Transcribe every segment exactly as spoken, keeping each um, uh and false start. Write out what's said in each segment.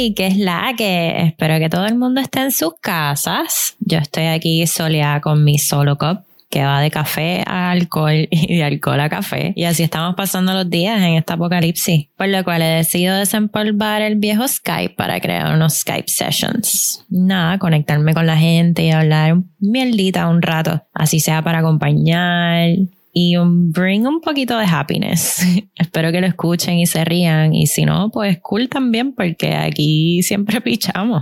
Hey, ¿qué es la que? Espero que todo el mundo esté en sus casas. Yo estoy aquí soleada con mi Solo Cup, que va de café a alcohol y de alcohol a café. Y así estamos pasando los días en esta apocalipsis. Por lo cual he decidido desempolvar el viejo Skype para crear unos Skype sessions. Nada, conectarme con la gente y hablar mierdita un rato. Así sea para acompañar y un, bring un poquito de happiness. Espero que lo escuchen y se rían. Y si no, pues cool también, porque aquí siempre pichamos.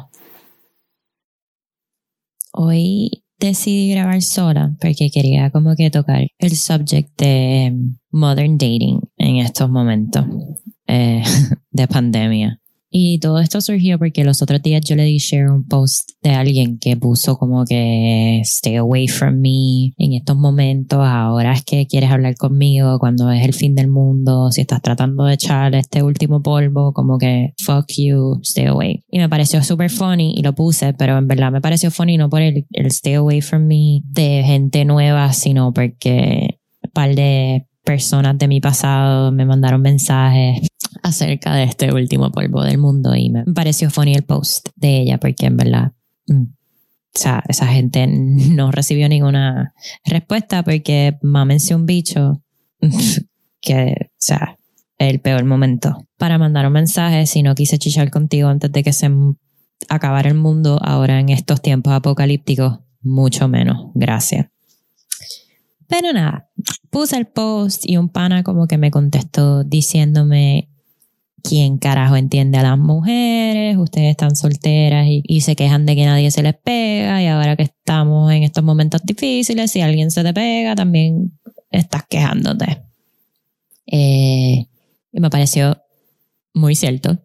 Hoy decidí grabar sola porque quería como que tocar el subject de modern dating en estos momentos eh, de pandemia. Y todo esto surgió porque los otros días yo le di share un post de alguien que puso como que stay away from me en estos momentos, ahora es que quieres hablar conmigo cuando es el fin del mundo, si estás tratando de echar este último polvo, como que fuck you, stay away. Y me pareció super funny y lo puse, pero en verdad me pareció funny no por el, el stay away from me de gente nueva, sino porque un par de personas de mi pasado me mandaron mensajes acerca de este último polvo del mundo y me pareció funny el post de ella porque en verdad mm, o sea, esa gente no recibió ninguna respuesta porque mámense un bicho que, o sea, el peor momento para mandar un mensaje. Si no quise chichar contigo antes de que se acabara el mundo ahora en estos tiempos apocalípticos, mucho menos, gracias. Pero nada, puse el post y un pana como que me contestó diciéndome: ¿quién carajo entiende a las mujeres? Ustedes están solteras y, y se quejan de que nadie se les pega, y ahora que estamos en estos momentos difíciles, si alguien se te pega, también estás quejándote. Eh, y me pareció muy cierto.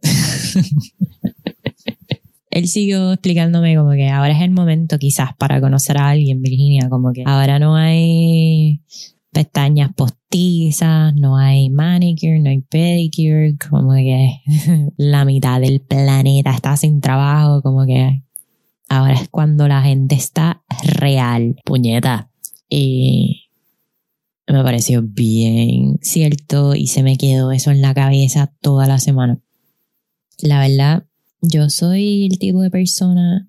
Él siguió explicándome como que ahora es el momento quizás para conocer a alguien, Virginia, como que ahora no hay pestañas postizas, no hay manicure, no hay pedicure, como que la mitad del planeta está sin trabajo, como que ahora es cuando la gente está real, puñeta. Y me pareció bien cierto y se me quedó eso en la cabeza toda la semana. La verdad, yo soy el tipo de persona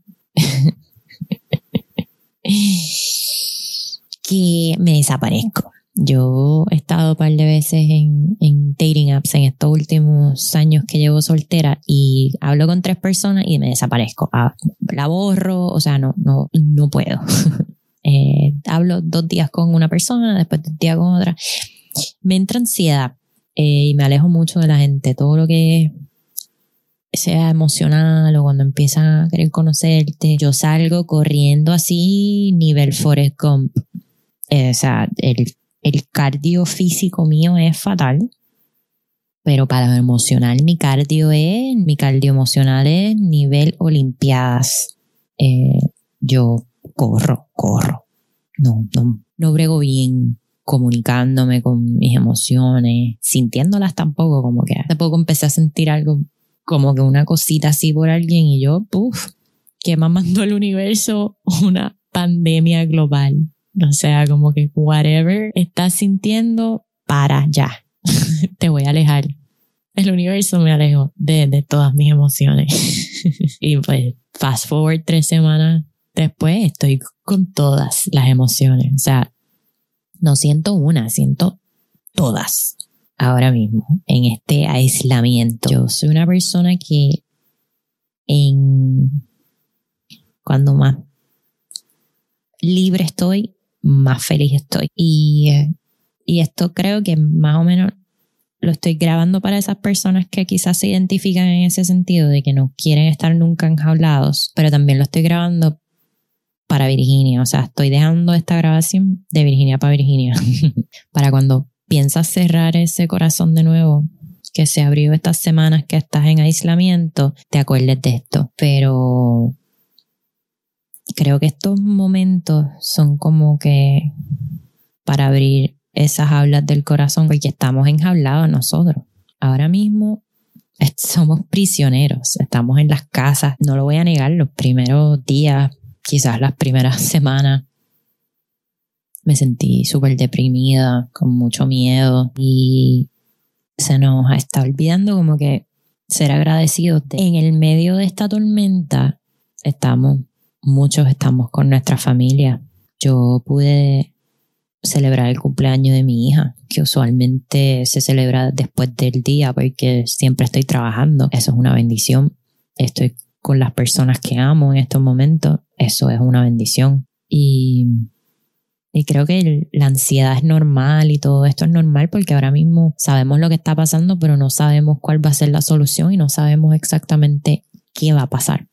que me desaparezco. Yo he estado un par de veces en, en dating apps en estos últimos años que llevo soltera y hablo con tres personas y me desaparezco. Ah, la borro, o sea, no, no, no puedo. eh, hablo dos días con una persona, después dos días con otra. Me entra ansiedad eh, y me alejo mucho de la gente. Todo lo que sea emocional o cuando empiezan a querer conocerte, yo salgo corriendo así nivel Forrest Gump. Eh, o sea, el, el cardio físico mío es fatal, pero para lo emocional mi cardio es, mi cardio emocional es nivel olimpiadas. Eh, yo corro, corro. No, no, no brego bien comunicándome con mis emociones, sintiéndolas tampoco, como que hace poco empecé a sentir algo como que una cosita así por alguien y yo, puf, que me mandó el universo una pandemia global. O sea, como que whatever estás sintiendo, para ya. Te voy a alejar. El universo me alejó de, de todas mis emociones. Y pues, fast forward tres semanas después, estoy con todas las emociones. O sea, no siento una, siento todas. Ahora mismo, en este aislamiento. Yo soy una persona que en cuando más libre estoy, más feliz estoy. Y, y esto creo que más o menos lo estoy grabando para esas personas que quizás se identifican en ese sentido de que no quieren estar nunca enjaulados, pero también lo estoy grabando para Virginia. O sea, estoy dejando esta grabación de Virginia para Virginia. Para cuando piensas cerrar ese corazón de nuevo que se abrió estas semanas que estás en aislamiento, te acuerdes de esto. Pero creo que estos momentos son como que para abrir esas jaulas del corazón, porque estamos enjaulados nosotros. Ahora mismo somos prisioneros, estamos en las casas. No lo voy a negar, los primeros días, quizás las primeras semanas, me sentí súper deprimida, con mucho miedo, y se nos está olvidando como que ser agradecidos de, en el medio de esta tormenta estamos, muchos estamos con nuestra familia. Yo pude celebrar el cumpleaños de mi hija, que usualmente se celebra después del día porque siempre estoy trabajando. Eso es una bendición. Estoy con las personas que amo en estos momentos. Eso es una bendición. Y, y creo que el, la ansiedad es normal y todo esto es normal porque ahora mismo sabemos lo que está pasando, pero no sabemos cuál va a ser la solución y no sabemos exactamente qué va a pasar.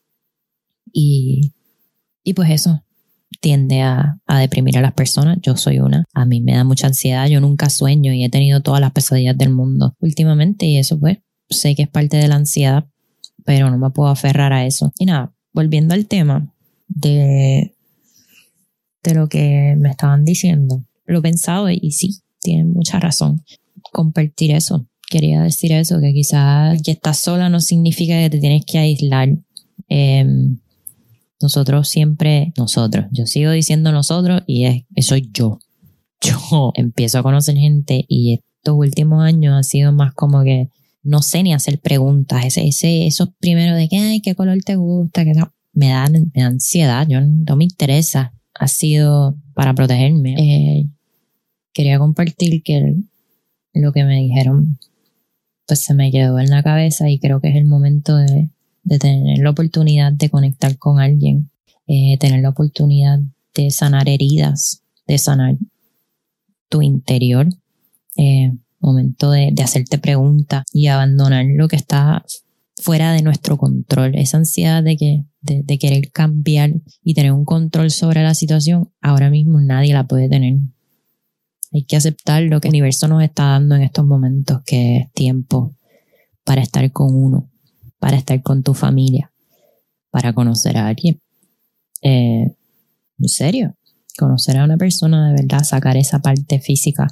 Y, y pues eso tiende a, a deprimir a las personas. Yo soy una. A mí me da mucha ansiedad. Yo nunca sueño y he tenido todas las pesadillas del mundo últimamente y eso pues sé que es parte de la ansiedad, pero no me puedo aferrar a eso. Y nada, volviendo al tema de, de lo que me estaban diciendo, lo he pensado y sí, tienen mucha razón. Compartir eso. Quería decir eso, que quizás que estás sola no significa que te tienes que aislar. Eh, Nosotros siempre, nosotros, yo sigo diciendo nosotros y es, soy yo. Yo empiezo a conocer gente y estos últimos años ha sido más como que no sé ni hacer preguntas. Ese, ese, esos primeros de que, ay, ¿qué color te gusta? Que no, me, da, me da ansiedad, yo no me interesa. Ha sido para protegerme. Eh, quería compartir que lo que me dijeron pues se me quedó en la cabeza y creo que es el momento de de tener la oportunidad de conectar con alguien, eh, tener la oportunidad de sanar heridas, de sanar tu interior, eh, momento de, de hacerte preguntas y abandonar lo que está fuera de nuestro control, esa ansiedad de, que, de, de querer cambiar y tener un control sobre la situación, ahora mismo nadie la puede tener. Hay que aceptar lo que el universo nos está dando en estos momentos, que es tiempo para estar con uno, para estar con tu familia, para conocer a alguien. Eh, en serio, conocer a una persona de verdad, sacar esa parte física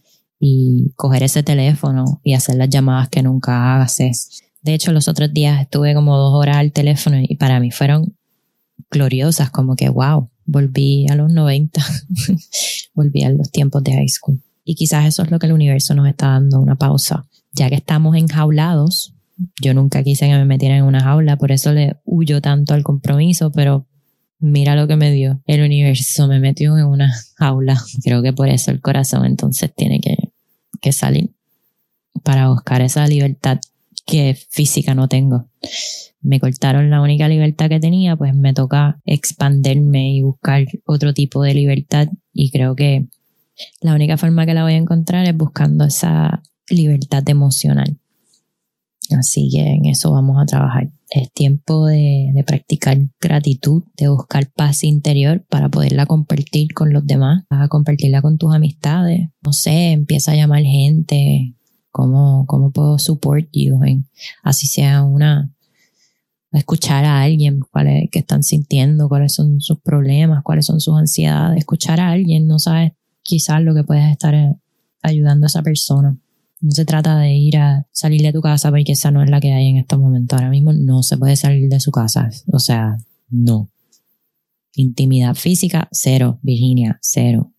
y coger ese teléfono y hacer las llamadas que nunca haces. De hecho, los otros días estuve como dos horas al teléfono y para mí fueron gloriosas, como que wow, volví a los noventa, volví a los tiempos de high school. Y quizás eso es lo que el universo nos está dando, una pausa. Ya que estamos enjaulados, yo nunca quise que me metieran en una jaula, por eso le huyo tanto al compromiso, pero mira lo que me dio. El universo me metió en una jaula. Creo que por eso el corazón entonces tiene que, que salir para buscar esa libertad que física no tengo. Me cortaron la única libertad que tenía, pues me toca expanderme y buscar otro tipo de libertad y creo que la única forma que la voy a encontrar es buscando esa libertad emocional. Así que en eso vamos a trabajar. Es tiempo de, de practicar gratitud, de buscar paz interior para poderla compartir con los demás, a compartirla con tus amistades. No sé, empieza a llamar gente. ¿Cómo, cómo puedo support you? En, así sea una, escuchar a alguien cuáles que están sintiendo, cuáles son sus problemas, cuáles son sus ansiedades. Escuchar a alguien, no sabes quizás lo que puedes estar ayudando a esa persona. No se trata de ir a salir de tu casa porque esa no es la que hay en estos momentos. Ahora mismo no se puede salir de su casa. O sea, no. Intimidad física, cero. Virginia, cero.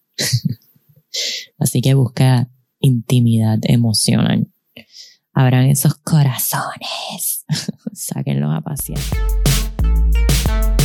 Así que busca intimidad emocional. Abran esos corazones. Sáquenlos a pasear.